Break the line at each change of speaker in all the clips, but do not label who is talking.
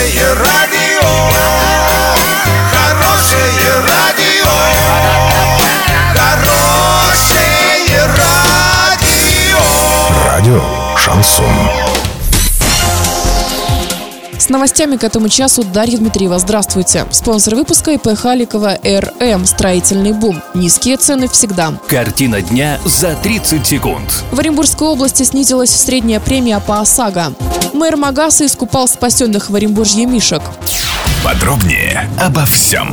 Хорошее радио, хорошее радио, хорошее радио.
Радио Шансон.
С новостями к этому часу Дарья Дмитриева. Здравствуйте. Спонсор выпуска ИП Халикова РМ. Строительный бум. Низкие цены всегда.
Картина дня за 30 секунд.
В Оренбургской области снизилась средняя премия по ОСАГО. Мэр Магаса искупал спасенных в Оренбуржье мишек.
Подробнее обо всем.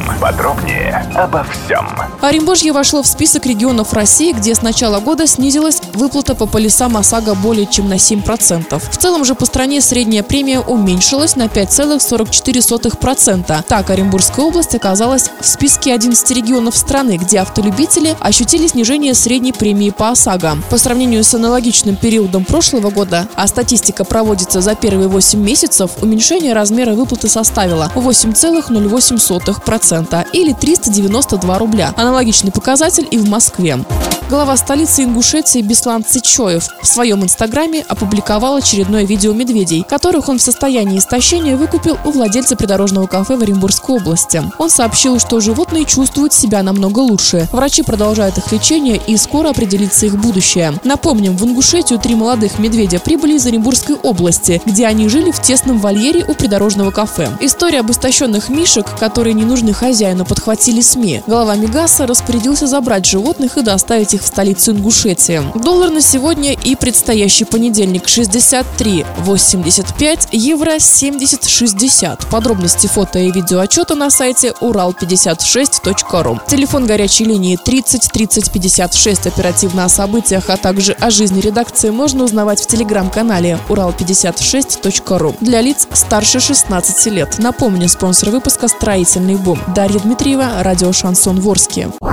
Оренбуржье вошло в список регионов России, где с начала года снизилась выплата по полисам ОСАГО более чем на 7%. В целом же по стране средняя премия уменьшилась на 5,44%. Так, Оренбургская область оказалась в списке 11 регионов страны, где автолюбители ощутили снижение средней премии по ОСАГО. По сравнению с аналогичным периодом прошлого года, а статистика проводится за первые 8 месяцев, уменьшение размера выплаты составило 8,08% или 392 рубля. Аналогичный показатель и в Москве. Глава столицы Ингушетии Беслан Цичоев в своем инстаграме опубликовал очередное видео медведей, которых он в состоянии истощения выкупил у владельца придорожного кафе в Оренбургской области. Он сообщил, что животные чувствуют себя намного лучше. Врачи продолжают их лечение и скоро определится их будущее. Напомним, в Ингушетию 3 молодых медведя прибыли из Оренбургской области, где они жили в тесном вольере у придорожного кафе. История об истощенных мишек, которые не нужны хозяину, подхватили СМИ. Глава Мегаса распорядился забрать животных и доставить их в столицу Ингушетии. Доллар на сегодня и предстоящий понедельник 63,85, евро 70,60. Подробности фото и видеоотчета на сайте урал56.ру. Телефон горячей линии 30 30 56. Оперативно о событиях, а также о жизни редакции можно узнавать в телеграм-канале урал56.ру для лиц старше 16 лет. Напомню, спонсор выпуска «Строительный бум». Дарья Дмитриева, радио «Шансон Ворске».